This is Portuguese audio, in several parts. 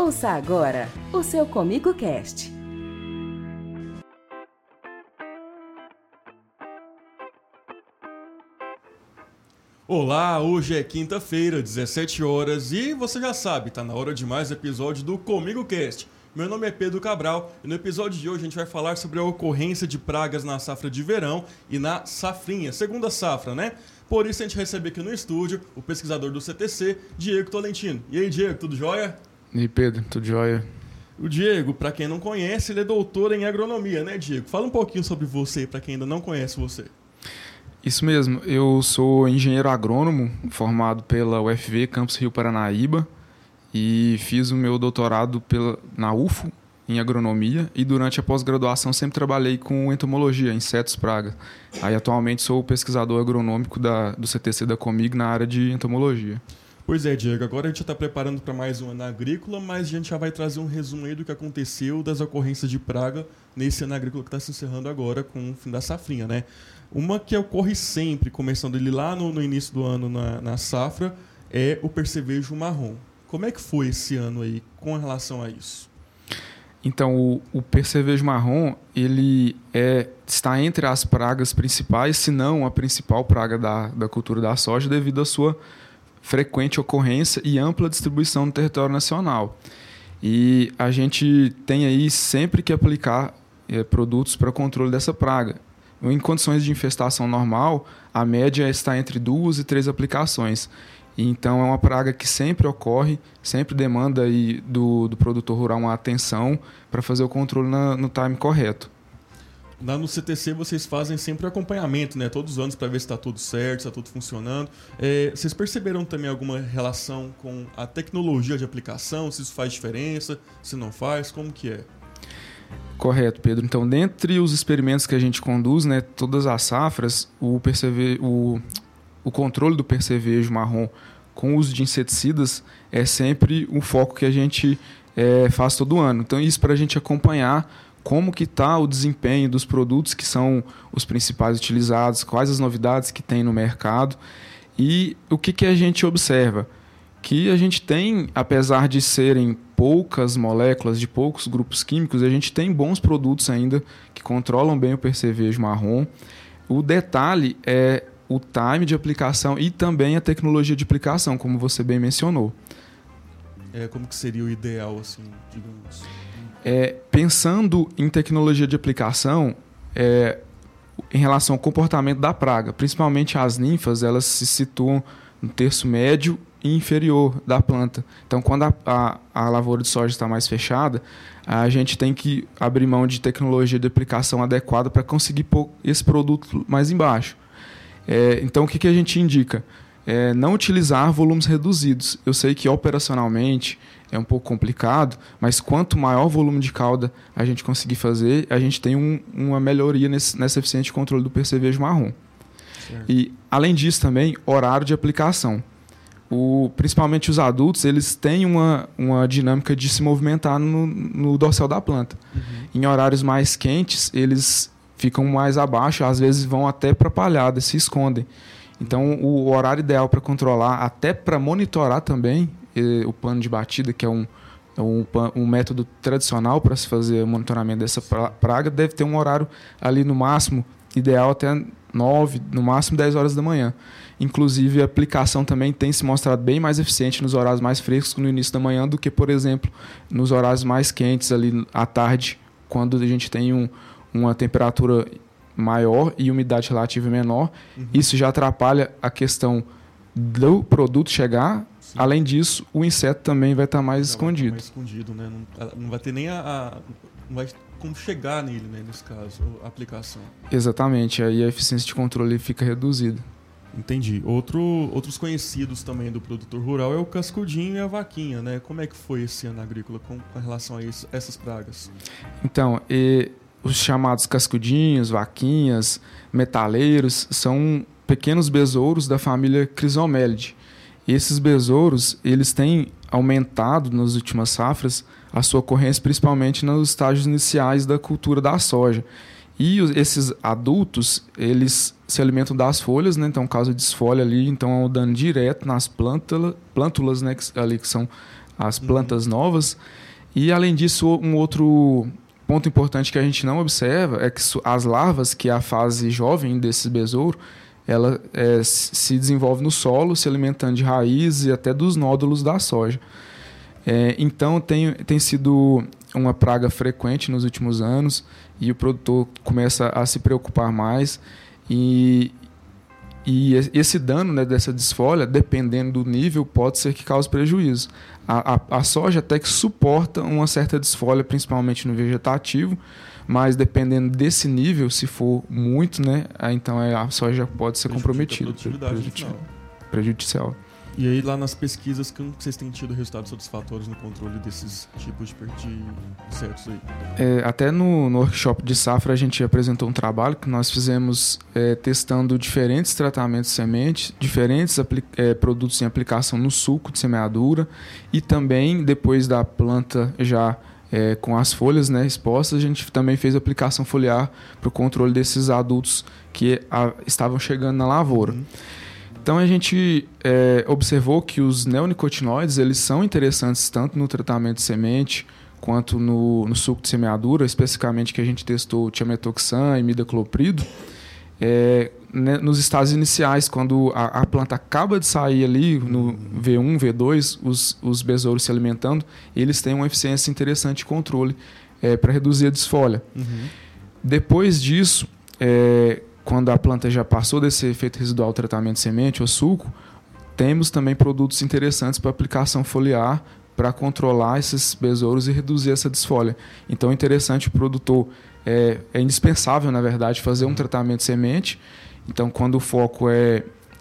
Ouça agora o seu Comigo Cast. Olá, hoje é quinta-feira, 17 horas e você já sabe, tá na hora de mais episódio do Comigo Cast. Meu nome é Pedro Cabral e no episódio de hoje a gente vai falar sobre a ocorrência de pragas na safra de verão e na safrinha, segunda safra, né? Por isso a gente recebe aqui no estúdio o pesquisador do CTC, Diego Tolentino. E aí, Diego, tudo jóia? E aí, Pedro, tudo jóia? O Diego, para quem não conhece, ele é doutor em agronomia, né, Diego? Fala um pouquinho sobre você, para quem ainda não conhece você. Isso mesmo, eu sou engenheiro agrônomo, formado pela UFV, Campus Rio Paranaíba, e fiz o meu doutorado na UFO, em agronomia, e durante a pós-graduação sempre trabalhei com entomologia, insetos, pragas. Aí atualmente sou pesquisador agronômico do CTC da Comig na área de entomologia. Pois é, Diego, agora a gente está preparando para mais um ano agrícola, mas a gente já vai trazer um resumo aí do que aconteceu das ocorrências de praga nesse ano agrícola que está se encerrando agora com o fim da safrinha, né? Uma que ocorre sempre, começando ele lá no início do ano na safra, é o percevejo marrom. Como é que foi esse ano aí com relação a isso? Então, o percevejo marrom, ele está entre as pragas principais, se não a principal praga da cultura da soja, devido à sua frequente ocorrência e ampla distribuição no território nacional. E a gente tem aí sempre que aplicar produtos para controle dessa praga. Em condições de infestação normal, a média está entre 2 e 3 aplicações. Então, é uma praga que sempre ocorre, sempre demanda aí do produtor rural uma atenção para fazer o controle no time correto. Lá no CTC vocês fazem sempre acompanhamento, né? Todos os anos para ver se está tudo certo, se está tudo funcionando. Vocês perceberam também alguma relação com a tecnologia de aplicação? Se isso faz diferença, se não faz, como que é? Correto, Pedro. Então, dentre os experimentos que a gente conduz, né, todas as safras, o controle do percevejo marrom com o uso de inseticidas é sempre um foco que a gente faz todo ano. Então, isso para a gente acompanhar como que está o desempenho dos produtos que são os principais utilizados, quais as novidades que tem no mercado e o que a gente observa. Que a gente tem, apesar de serem poucas moléculas, de poucos grupos químicos, a gente tem bons produtos ainda que controlam bem o percevejo marrom. O detalhe é o time de aplicação e também a tecnologia de aplicação, como você bem mencionou. Como que seria o ideal, assim, digamos? Pensando em tecnologia de aplicação, em relação ao comportamento da praga, principalmente as ninfas, elas se situam no terço médio e inferior da planta. Então, quando a lavoura de soja está mais fechada, a gente tem que abrir mão de tecnologia de aplicação adequada para conseguir pôr esse produto mais embaixo. Então, o que a gente indica? Não utilizar volumes reduzidos. Eu sei que operacionalmente é um pouco complicado, mas quanto maior volume de cauda a gente conseguir fazer, a gente tem uma melhoria nessa eficiência de controle do percevejo marrom. Certo. E, além disso, também, horário de aplicação. Principalmente os adultos, eles têm uma dinâmica de se movimentar no dorsal da planta. Uhum. Em horários mais quentes, eles ficam mais abaixo, às vezes vão até para a palhada, se escondem. Então, o horário ideal para controlar, até para monitorar também o plano de batida, que é um método tradicional para se fazer o monitoramento dessa praga, deve ter um horário ali no máximo, ideal até 9, no máximo 10 horas da manhã. Inclusive, a aplicação também tem se mostrado bem mais eficiente nos horários mais frescos no início da manhã do que, por exemplo, nos horários mais quentes ali à tarde, quando a gente tem uma temperatura maior e umidade relativa menor. Uhum. Isso já atrapalha a questão do produto chegar. Sim. Além disso, o inseto também vai estar mais escondido. Mais escondido, né? Não vai ter nem não vai como chegar nele, né, nesse caso, a aplicação. Exatamente, aí a eficiência de controle fica reduzida. Entendi. Outros conhecidos também do produtor rural é o cascudinho e a vaquinha, né? Como é que foi esse ano agrícola com relação a essas pragas? Então, os chamados cascudinhos, vaquinhas, metaleiros, são pequenos besouros da família Chrysomelidae. Esses besouros, eles têm aumentado nas últimas safras a sua ocorrência, principalmente nos estágios iniciais da cultura da soja. E esses adultos, eles se alimentam das folhas, né? Então, caso desfolha ali, então é um dano direto nas plântulas, né? Que são as plantas novas. E, além disso, um outro ponto importante que a gente não observa é que as larvas, que é a fase jovem desses besouros, ela se desenvolve no solo, se alimentando de raízes e até dos nódulos da soja. Então, tem sido uma praga frequente nos últimos anos e o produtor começa a se preocupar mais. E esse dano, né, dessa desfolha, dependendo do nível, pode ser que cause prejuízo. A soja até que suporta uma certa desfolha, principalmente no vegetativo, mas dependendo desse nível, se for muito, né, então a soja pode ser comprometida. Prejudicial. E aí, lá nas pesquisas, como vocês têm tido resultados satisfatórios no controle desses tipos de insetos aí? Até no workshop de safra, a gente apresentou um trabalho que nós fizemos testando diferentes tratamentos de semente, diferentes produtos em aplicação no suco de semeadura e também, depois da planta já com as folhas, né, expostas, a gente também fez aplicação foliar para o controle desses adultos que estavam chegando na lavoura. Então a gente observou que os neonicotinoides eles são interessantes tanto no tratamento de semente quanto no suco de semeadura, especificamente que a gente testou tiametoxam e imidacloprido, nos estágios iniciais, quando a planta acaba de sair ali no V1, V2, os besouros se alimentando, eles têm uma eficiência interessante de controle para reduzir a desfolha. Depois disso, quando a planta já passou desse efeito residual do tratamento de semente ou suco, temos também produtos interessantes para aplicação foliar para controlar esses besouros e reduzir essa desfolha. Então é interessante o produtor, é indispensável, na verdade, fazer um tratamento de semente. Então, quando o foco é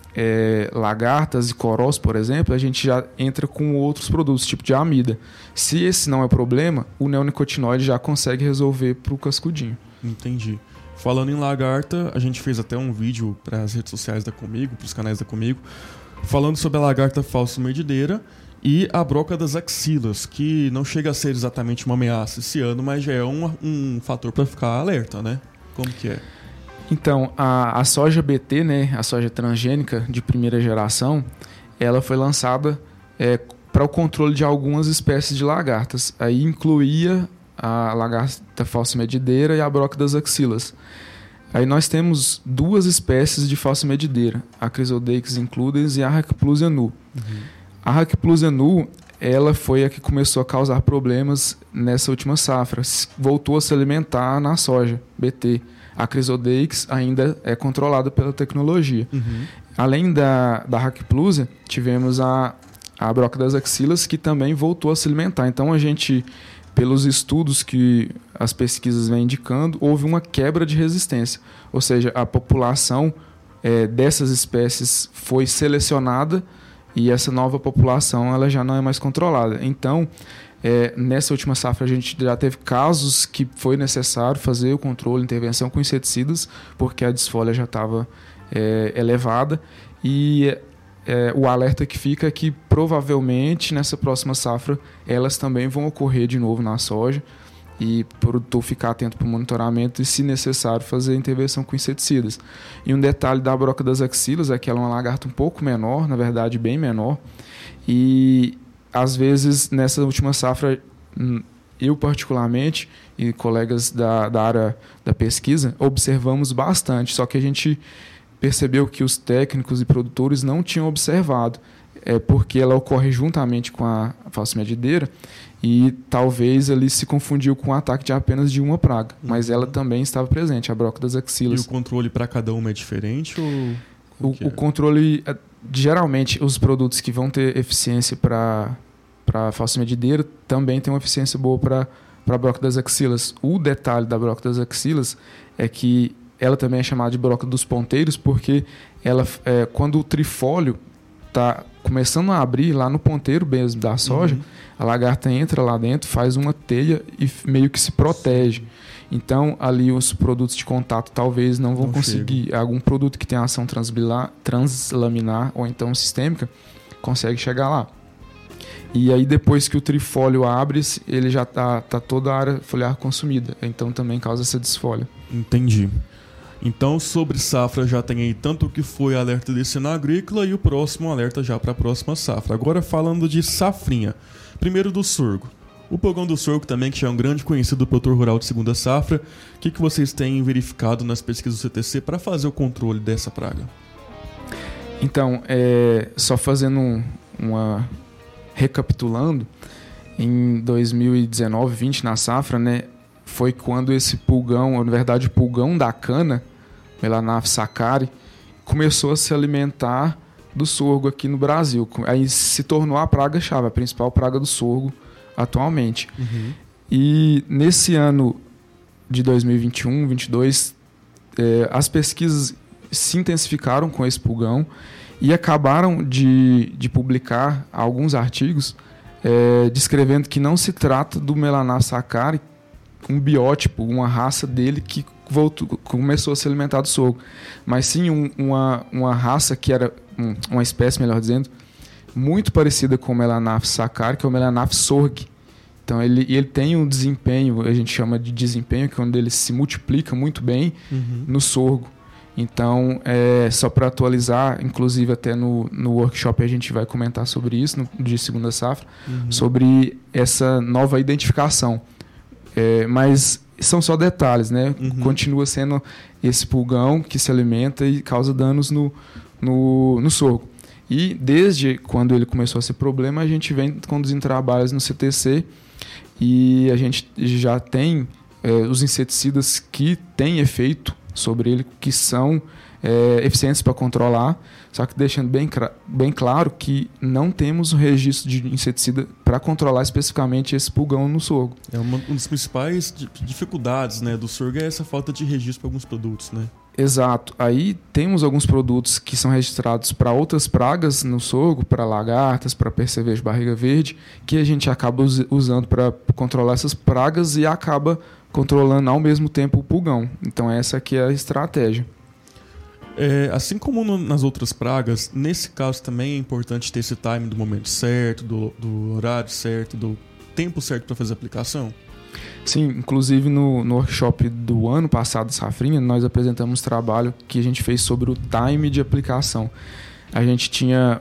lagartas e corós, por exemplo, a gente já entra com outros produtos, tipo de amida. Se esse não é problema, o neonicotinoide já consegue resolver para o cascudinho. Entendi. Falando em lagarta, a gente fez até um vídeo para as redes sociais da Comigo, para os canais da Comigo, falando sobre a lagarta falso-medideira e a broca das axilas, que não chega a ser exatamente uma ameaça esse ano, mas já é um fator para ficar alerta, né? Como que é? Então, a soja BT, né, a soja transgênica de primeira geração, ela foi lançada para o controle de algumas espécies de lagartas. Aí incluía a lagarta falso-medideira e a broca das axilas. Aí nós temos duas espécies de falso-medideira, a Chrysodeix includens e a Hackplusia nu. A Hackplusia nu, ela foi a que começou a causar problemas nessa última safra. Voltou a se alimentar na soja BT. A Chrysodeix ainda é controlada pela tecnologia. Além da Hackplusia, tivemos a broca das axilas, que também voltou a se alimentar. Então a gente, pelos estudos que as pesquisas vêm indicando, houve uma quebra de resistência. Ou seja, a população dessas espécies foi selecionada e essa nova população ela já não é mais controlada. Então, nessa última safra, a gente já teve casos que foi necessário fazer o controle, intervenção com inseticidas, porque a desfolha já estava elevada. E o alerta que fica é que provavelmente nessa próxima safra elas também vão ocorrer de novo na soja e o produtor ficar atento para o monitoramento e, se necessário, fazer intervenção com inseticidas. E um detalhe da broca das axilas é que ela é uma lagarta um pouco menor, na verdade bem menor, e às vezes nessa última safra eu particularmente e colegas da área da pesquisa observamos bastante, só que a gente percebeu que os técnicos e produtores não tinham observado, porque ela ocorre juntamente com a falso-medideira e talvez ali se confundiu com o ataque de apenas de uma praga, mas ela também estava presente, a broca das axilas. E o controle para cada uma é diferente? Ou o controle, geralmente, os produtos que vão ter eficiência para a falso-medideira também tem uma eficiência boa para a broca das axilas. O detalhe da broca das axilas é que ela também é chamada de broca dos ponteiros porque ela, quando o trifólio está começando a abrir lá no ponteiro mesmo da soja, a lagarta entra lá dentro, faz uma teia e meio que se protege. Então, ali os produtos de contato talvez não vão conseguir. Algum produto que tem ação translaminar ou então sistêmica consegue chegar lá. E aí, depois que o trifólio abre, ele já tá toda a área foliar consumida. Então, também causa essa desfolha. Entendi. Então, sobre safra, já tem aí tanto o que foi alerta desse ano agrícola e o próximo alerta já para a próxima safra. Agora, falando de safrinha. Primeiro do sorgo. O pulgão do sorgo também, que já é um grande conhecido do produtor rural de segunda safra. O que vocês têm verificado nas pesquisas do CTC para fazer o controle dessa praga? Então, só fazendo recapitulando, em 2019-20 na safra, né, foi quando esse pulgão, na verdade o pulgão da cana, Melanapis sacchari, começou a se alimentar do sorgo aqui no Brasil. Aí se tornou a praga-chave, a principal praga do sorgo atualmente. Uhum. E nesse ano de 2021-22, as pesquisas se intensificaram com esse pulgão e acabaram de publicar alguns artigos descrevendo que não se trata do Melanapis sacchari, um biótipo, uma raça dele que começou a se alimentar do sorgo, mas sim uma raça que era uma espécie, melhor dizendo, muito parecida com o Melanapis sacchari, que é o Melanapis sorgi. Então ele tem um desempenho, a gente chama de desempenho, que é onde ele se multiplica muito bem no sorgo. Então, só para atualizar, inclusive até no workshop a gente vai comentar sobre isso, de segunda safra, sobre essa nova identificação. Mas são só detalhes, né? Continua sendo esse pulgão que se alimenta e causa danos no sorgo. E desde quando ele começou a ser problema, a gente vem conduzindo trabalhos no CTC e a gente já tem os inseticidas que têm efeito sobre ele, que são eficientes para controlar, só que deixando bem claro que não temos um registro de inseticida para controlar especificamente esse pulgão no sorgo. Uma das principais dificuldades, né, do sorgo é essa falta de registro para alguns produtos, né? Exato. Aí temos alguns produtos que são registrados para outras pragas no sorgo, para lagartas, para percevejo barriga verde, que a gente acaba usando para controlar essas pragas e acaba controlando ao mesmo tempo o pulgão. Então essa aqui é a estratégia. Assim como nas outras pragas, nesse caso também é importante ter esse time do momento certo, do horário certo, do tempo certo para fazer a aplicação? Sim, inclusive no workshop do ano passado, Safrinha, nós apresentamos um trabalho que a gente fez sobre o time de aplicação. A gente tinha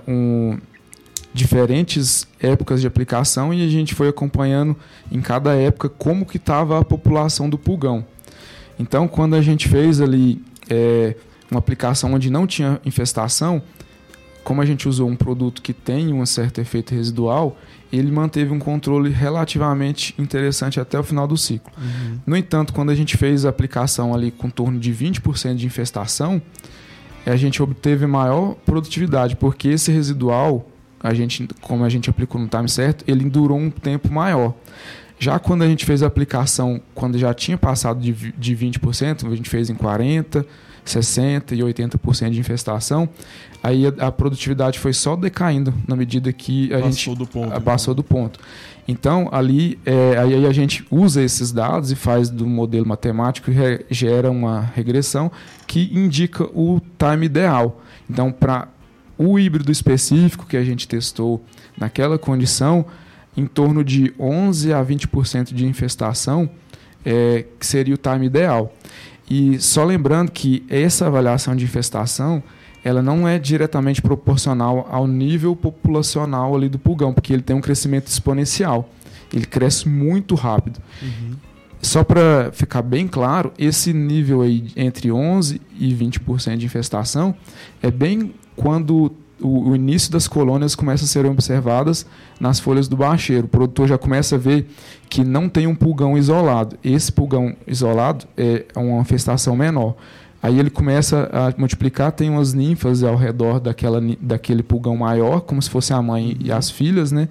diferentes épocas de aplicação e a gente foi acompanhando em cada época como que estava a população do pulgão. Então, quando a gente fez ali uma aplicação onde não tinha infestação, como a gente usou um produto que tem um certo efeito residual, ele manteve um controle relativamente interessante até o final do ciclo. No entanto, quando a gente fez a aplicação ali com torno de 20% de infestação, a gente obteve maior produtividade, porque esse residual, como a gente aplicou no time certo, ele durou um tempo maior. Já quando a gente fez a aplicação, quando já tinha passado de 20%, a gente fez em 40%, 60% e 80% de infestação, aí a produtividade foi só decaindo na medida que passou do ponto. Então, ali aí a gente usa esses dados e faz do modelo matemático e gera uma regressão que indica o time ideal. Então, para o híbrido específico que a gente testou naquela condição, em torno de 11% a 20% de infestação que seria o time ideal. E só lembrando que essa avaliação de infestação ela não é diretamente proporcional ao nível populacional ali do pulgão, porque ele tem um crescimento exponencial. Ele cresce muito rápido. Só para ficar bem claro, esse nível aí entre 11% e 20% de infestação é bem quando o início das colônias começa a ser observadas nas folhas do bacheiro. O produtor já começa a ver que não tem um pulgão isolado. Esse pulgão isolado é uma infestação menor. Aí ele começa a multiplicar, tem umas ninfas ao redor daquele pulgão maior, como se fosse a mãe e as filhas, né?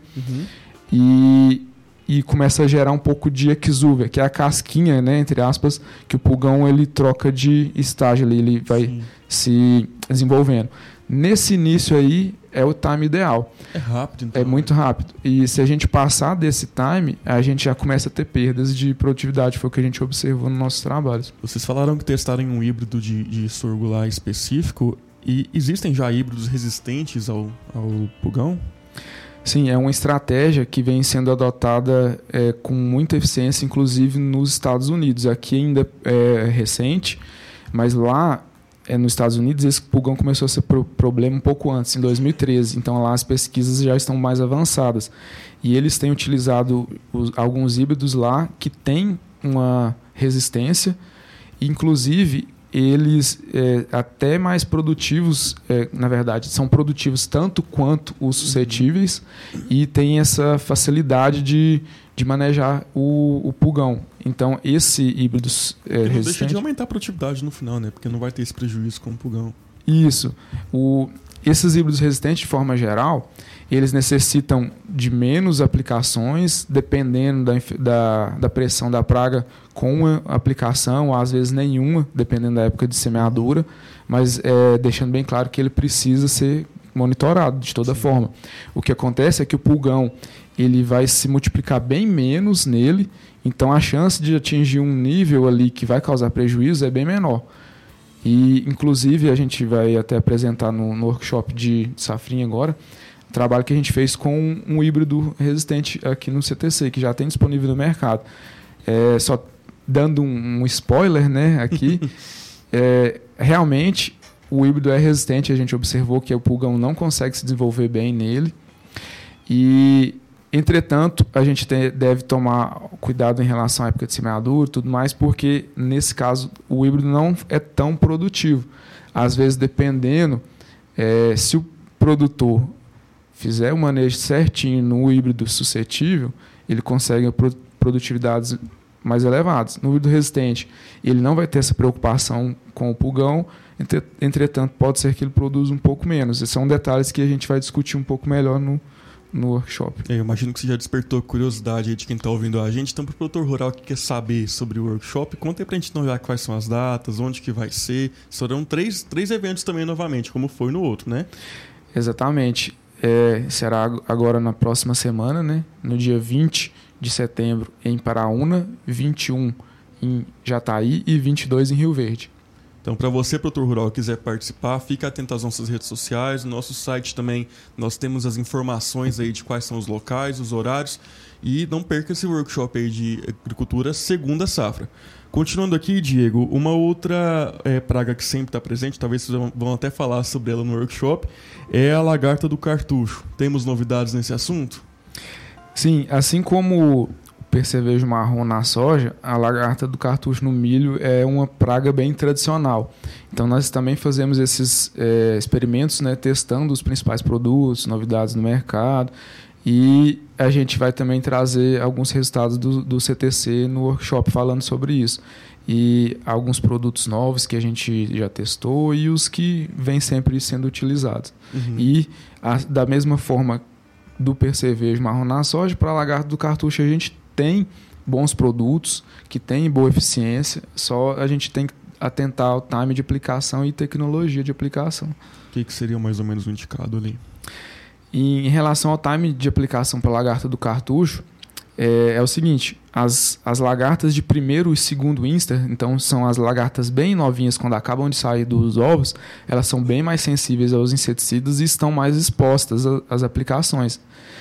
E começa a gerar um pouco de exúvia, que é a casquinha, né, entre aspas, que o pulgão ele troca de estágio ali, ele vai se desenvolvendo. Nesse início aí é o time ideal. É rápido, então. É muito rápido. E se a gente passar desse time, a gente já começa a ter perdas de produtividade. Foi o que a gente observou nos nossos trabalhos. Vocês falaram que testaram um híbrido de sorgo lá específico. E existem já híbridos resistentes ao pulgão? Sim, é uma estratégia que vem sendo adotada com muita eficiência, inclusive nos Estados Unidos. Aqui ainda é recente, Mas lá, nos Estados Unidos, esse pulgão começou a ser problema um pouco antes, em 2013. Então, lá as pesquisas já estão mais avançadas. E eles têm utilizado alguns híbridos lá que têm uma resistência, inclusive eles até mais produtivos, na verdade, são produtivos tanto quanto os suscetíveis e têm essa facilidade de manejar o pulgão. Então, esse híbrido resistente... Não deixa de aumentar a produtividade no final, né? Porque não vai ter esse prejuízo com o pulgão. Isso. Esses híbridos resistentes, de forma geral, eles necessitam de menos aplicações, dependendo da pressão da praga, com uma aplicação, ou às vezes nenhuma, dependendo da época de semeadura, mas deixando bem claro que ele precisa ser monitorado de toda forma. O que acontece é que o pulgão ele vai se multiplicar bem menos nele, então a chance de atingir um nível ali que vai causar prejuízo é bem menor. E, inclusive, a gente vai até apresentar no workshop de safrinha agora, um trabalho que a gente fez com um híbrido resistente aqui no CTC, que já tem disponível no mercado. Só dando um spoiler, né, aqui, realmente o híbrido é resistente, a gente observou que o pulgão não consegue se desenvolver bem nele. E, entretanto, a gente deve tomar cuidado em relação à época de semeadura e tudo mais, porque, nesse caso, o híbrido não é tão produtivo. Às vezes, dependendo, se o produtor fizer o manejo certinho no híbrido suscetível, ele consegue produtividades mais elevadas. No híbrido resistente, ele não vai ter essa preocupação com o pulgão, entretanto, pode ser que ele produza um pouco menos. Esses são detalhes que a gente vai discutir um pouco melhor no workshop. Eu imagino que você já despertou curiosidade aí de quem está ouvindo a gente. Então, para o produtor rural que quer saber sobre o workshop, conta aí para a gente então já quais são as datas, onde que vai ser. Serão três eventos também novamente, como foi no outro, né? Exatamente. Será agora na próxima semana, né? No dia 20 de setembro em Paraúna, 21 em Jataí e 22 em Rio Verde. Então, para você, produtor rural, que quiser participar, fica atento às nossas redes sociais. No nosso site também nós temos as informações aí de quais são os locais, os horários. E não perca esse workshop aí de agricultura segunda safra. Continuando aqui, Diego, uma outra praga que sempre está presente, talvez vocês vão até falar sobre ela no workshop, é a lagarta do cartucho. Temos novidades nesse assunto? Sim, assim como percevejo marrom na soja, a lagarta do cartucho no milho é uma praga bem tradicional. Então nós também fazemos esses experimentos, né, testando os principais produtos, novidades no mercado, e a gente vai também trazer alguns resultados do CTC no workshop falando sobre isso. E alguns produtos novos que a gente já testou e os que vêm sempre sendo utilizados. Uhum. E da mesma forma do percevejo marrom na soja, para a lagarta do cartucho a gente tem bons produtos, que têm boa eficiência, só a gente tem que atentar ao time de aplicação e tecnologia de aplicação. O que seria mais ou menos o indicado ali? Em relação ao time de aplicação para a lagarta do cartucho, é o seguinte, as lagartas de primeiro e segundo instar, então são as lagartas bem novinhas quando acabam de sair dos ovos, elas são bem mais sensíveis aos inseticidas e estão mais expostas às aplicações.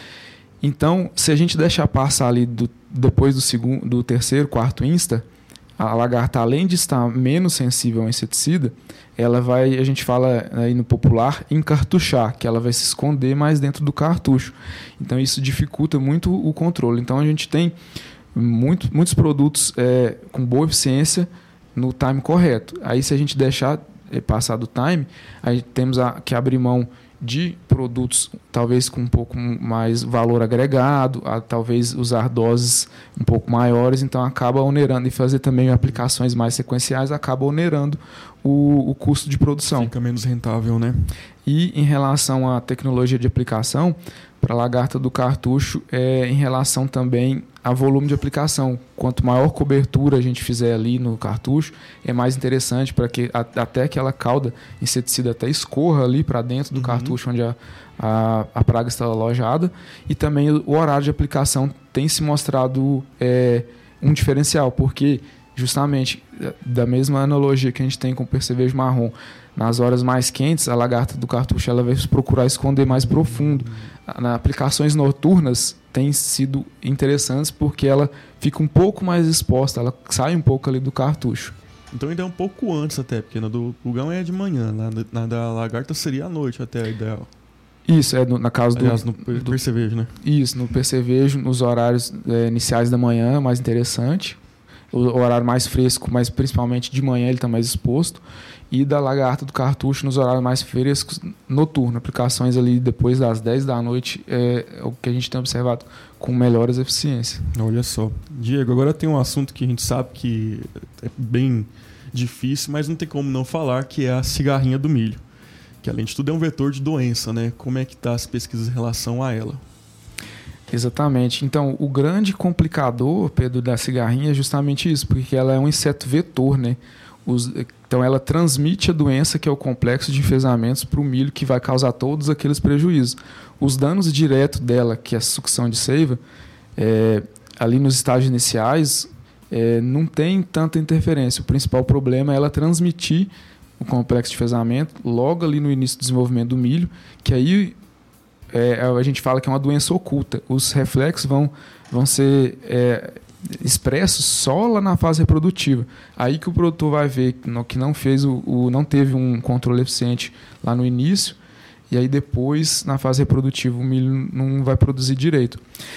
Então, se a gente deixar passar ali depois do terceiro, quarto instar, a lagarta, além de estar menos sensível ao inseticida, ela vai, a gente fala aí no popular, encartuchar, que ela vai se esconder mais dentro do cartucho. Então, isso dificulta muito o controle. Então, a gente tem muitos produtos com boa eficiência no time correto. Aí, se a gente deixar passar do time, aí temos que abrir mão de produtos talvez com um pouco mais valor agregado, talvez usar doses um pouco maiores, então acaba onerando, e fazer também aplicações mais sequenciais acaba onerando o custo de produção. Fica menos rentável, né? E em relação à tecnologia de aplicação, para a lagarta do cartucho, em relação também a volume de aplicação. Quanto maior cobertura a gente fizer ali no cartucho, é mais interessante para que até aquela cauda inseticida até escorra ali para dentro do cartucho onde a praga está alojada. E também o horário de aplicação tem se mostrado um diferencial, porque justamente da mesma analogia que a gente tem com o percevejo marrom, nas horas mais quentes, a lagarta do cartucho ela vai procurar esconder mais profundo. Nas aplicações noturnas têm sido interessantes porque ela fica um pouco mais exposta, ela sai um pouco ali do cartucho. Então ainda é um pouco antes até, porque na do pulgão é de manhã, na da lagarta seria à noite até, ideal. Isso, na casa aliás, no percevejo, né? Isso, no percevejo, nos horários iniciais da manhã, mais interessante. O horário mais fresco, mas principalmente de manhã ele está mais exposto. E da lagarta do cartucho nos horários mais frescos, noturno. Aplicações ali depois das 10 da noite é o que a gente tem observado com melhores eficiências. Olha só. Diego, agora tem um assunto que a gente sabe que é bem difícil, mas não tem como não falar, que é a cigarrinha do milho. Que além de tudo é um vetor de doença, né? Como é que está as pesquisas em relação a ela? Exatamente. Então, o grande complicador, Pedro, da cigarrinha é justamente isso, porque ela é um inseto vetor, né? Então, ela transmite a doença, que é o complexo de enfesamentos, para o milho, que vai causar todos aqueles prejuízos. Os danos diretos dela, que é a sucção de seiva, ali nos estágios iniciais, não tem tanta interferência. O principal problema é ela transmitir o complexo de enfesamento logo ali no início do desenvolvimento do milho, que aí a gente fala que é uma doença oculta. Os reflexos vão ser expressos só lá na fase reprodutiva. Aí que o produtor vai ver que não teve um controle eficiente lá no início, e aí depois, na fase reprodutiva, o milho não vai produzir direito.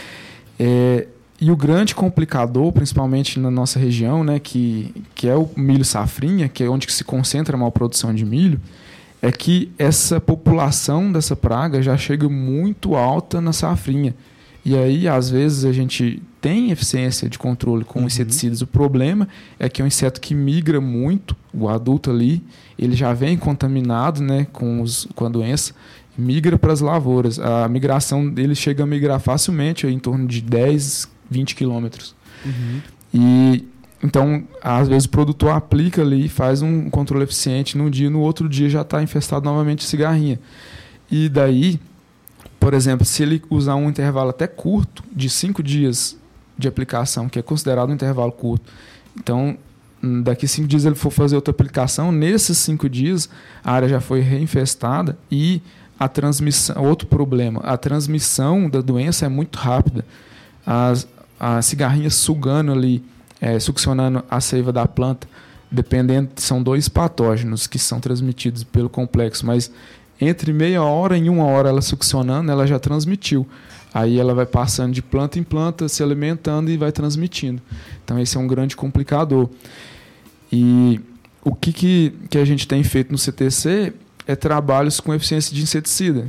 E o grande complicador, principalmente na nossa região, né, que é o milho safrinha, que é onde se concentra a maior produção de milho, é que essa população dessa praga já chega muito alta na safrinha. E aí, às vezes, a gente tem eficiência de controle com inseticidas. O problema é que é um inseto que migra muito, o adulto ali, ele já vem contaminado, né, com a doença, migra para as lavouras. A migração dele chega a migrar facilmente, em torno de 10, 20 quilômetros. E então, às vezes o produtor aplica ali, faz um controle eficiente num dia, no outro dia já está infestado novamente de cigarrinha. E daí, por exemplo, se ele usar um intervalo até curto, de 5 dias de aplicação, que é considerado um intervalo curto, então, daqui 5 dias ele for fazer outra aplicação, nesses 5 dias a área já foi reinfestada e a transmissão, outro problema, a transmissão da doença é muito rápida. A cigarrinha sugando ali, succionando a seiva da planta, dependendo, são 2 patógenos que são transmitidos pelo complexo, mas entre meia hora e 1 hora ela succionando, ela já transmitiu. Aí ela vai passando de planta em planta, se alimentando e vai transmitindo. Então esse é um grande complicador. E o que a gente tem feito no CTC é trabalhos com eficiência de inseticida.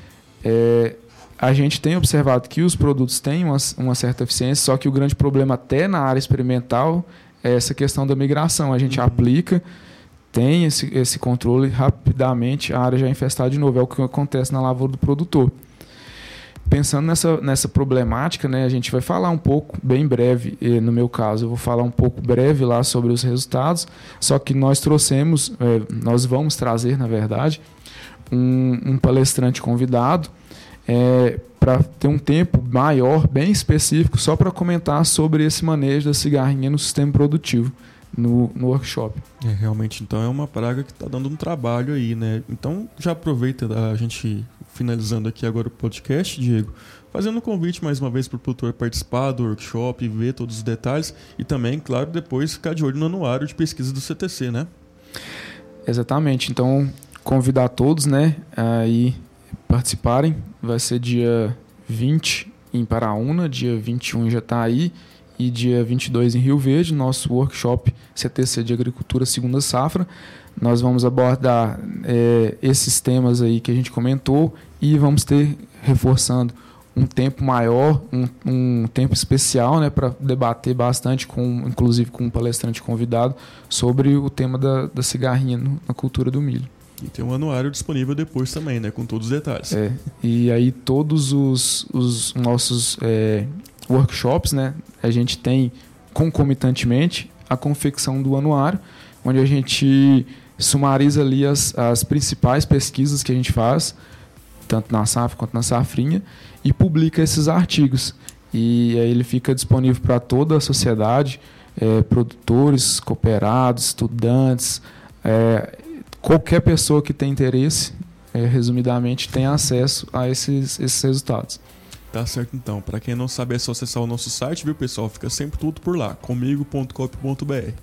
A gente tem observado que os produtos têm uma certa eficiência, só que o grande problema até na área experimental é essa questão da migração. A gente aplica, tem esse controle, rapidamente a área já é infestada de novo. É o que acontece na lavoura do produtor. Pensando nessa problemática, né, a gente vai falar um pouco, bem breve, no meu caso, eu vou falar um pouco breve lá sobre os resultados, só que nós vamos trazer, na verdade, um palestrante convidado, para ter um tempo maior, bem específico, só para comentar sobre esse manejo da cigarrinha no sistema produtivo, no workshop. Realmente, então, é uma praga que está dando um trabalho aí, né? Então, já aproveita a gente, finalizando aqui agora o podcast, Diego, fazendo um convite mais uma vez para o produtor participar do workshop, ver todos os detalhes e também, claro, depois ficar de olho no anuário de pesquisa do CTC, né? Exatamente. Então, convidar todos, né, aí participarem. Vai ser dia 20 em Paraúna, dia 21 em Jataí e dia 22 em Rio Verde, nosso workshop CTC de Agricultura Segunda Safra. Nós vamos abordar esses temas aí que a gente comentou e vamos ter, reforçando, um tempo maior, um tempo especial, né, para debater bastante, inclusive com um palestrante convidado, sobre o tema da cigarrinha na cultura do milho. E tem um anuário disponível depois também, né, com todos os detalhes. E aí todos os nossos workshops, né, a gente tem concomitantemente a confecção do anuário, onde a gente sumariza ali as principais pesquisas que a gente faz, tanto na safra quanto na safrinha, e publica esses artigos. E aí ele fica disponível para toda a sociedade, produtores, cooperados, estudantes, qualquer pessoa que tem interesse, resumidamente, tem acesso a esses resultados. Tá certo, então. Para quem não sabe, é só acessar o nosso site, viu, pessoal? Fica sempre tudo por lá, comigo.coop.br.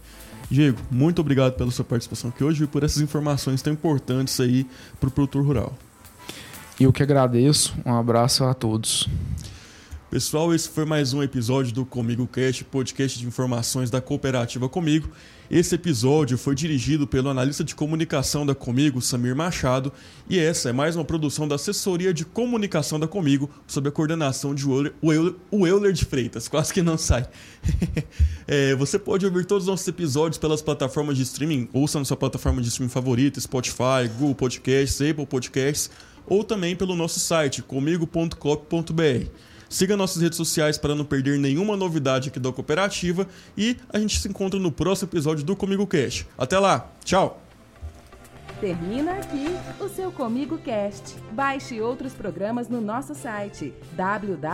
Diego, muito obrigado pela sua participação aqui hoje e por essas informações tão importantes aí para o produtor rural. Eu que agradeço, um abraço a todos. Pessoal, esse foi mais um episódio do Comigo Cast, podcast de informações da Cooperativa Comigo. Esse episódio foi dirigido pelo analista de comunicação da Comigo, Samir Machado, e essa é mais uma produção da assessoria de comunicação da Comigo, sob a coordenação de Euler de Freitas, quase que não sai. Você pode ouvir todos os nossos episódios pelas plataformas de streaming, ouça na sua plataforma de streaming favorita, Spotify, Google Podcasts, Apple Podcasts, ou também pelo nosso site, comigo.coop.br. Siga nossas redes sociais para não perder nenhuma novidade aqui da cooperativa e a gente se encontra no próximo episódio do Comigo Cast. Até lá, tchau! Termina aqui o seu Comigo Cast. Baixe outros programas no nosso site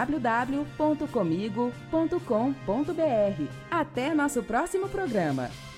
www.comigo.com.br. Até nosso próximo programa.